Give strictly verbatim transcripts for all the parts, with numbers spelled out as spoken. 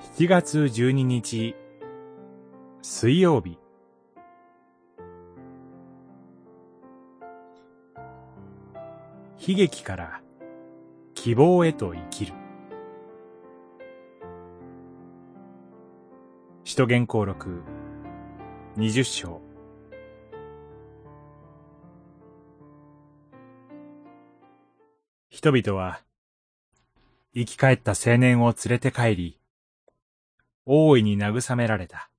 しちがつじゅうににち水曜日。悲劇から希望へと生きる。使徒言行録にじゅっしょう。人々は生き返った青年を連れて帰り、大いに慰められた。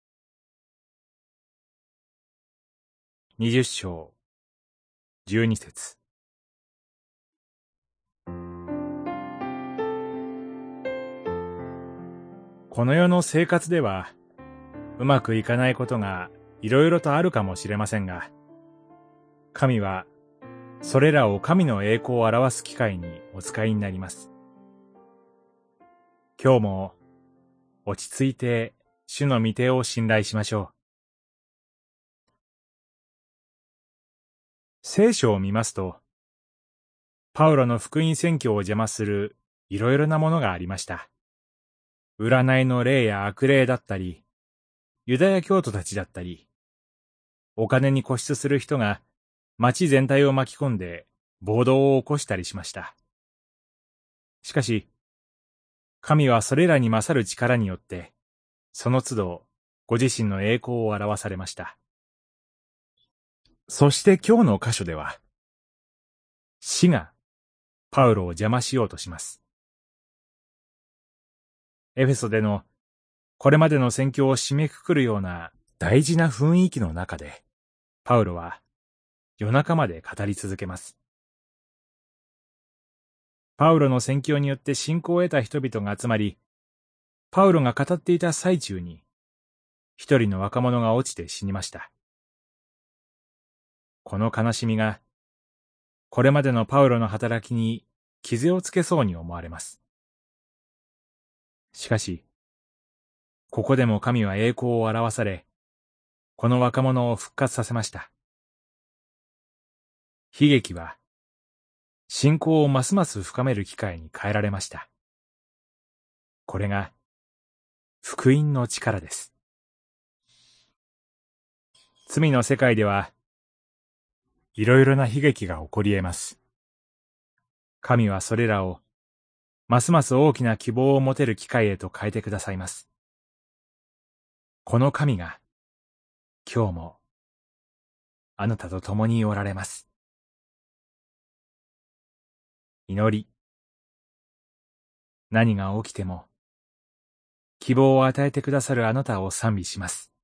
にじゅっしょうじゅうにせつ。この世の生活ではうまくいかないことがいろいろとあるかもしれませんが、神はそれらを神の栄光を表す機会にお使いになります。今日も落ち着いて主の御手を信頼しましょう。聖書を見ますと、パウロの福音宣教を邪魔するいろいろなものがありました。占いの霊や悪霊だったり、ユダヤ教徒たちだったり、お金に固執する人が町全体を巻き込んで暴動を起こしたりしました。しかし、神はそれらに勝る力によって、その都度ご自身の栄光を表されました。そして今日の箇所では、死がパウロを邪魔しようとします。エフェソでのこれまでの宣教を締めくくるような大事な雰囲気の中で、パウロは夜中まで語り続けます。パウロの宣教によって信仰を得た人々が集まり、パウロが語っていた最中に、一人の若者が落ちて死にました。この悲しみが、これまでのパウロの働きに傷をつけそうに思われます。しかし、ここでも神は栄光を表され、この若者を復活させました。悲劇は、信仰をますます深める機会に変えられました。これが、福音の力です。罪の世界では、いろいろな悲劇が起こり得ます。神はそれらを、ますます大きな希望を持てる機会へと変えてくださいます。この神が、今日も、あなたと共におられます。祈り。何が起きても、希望を与えてくださるあなたを賛美します。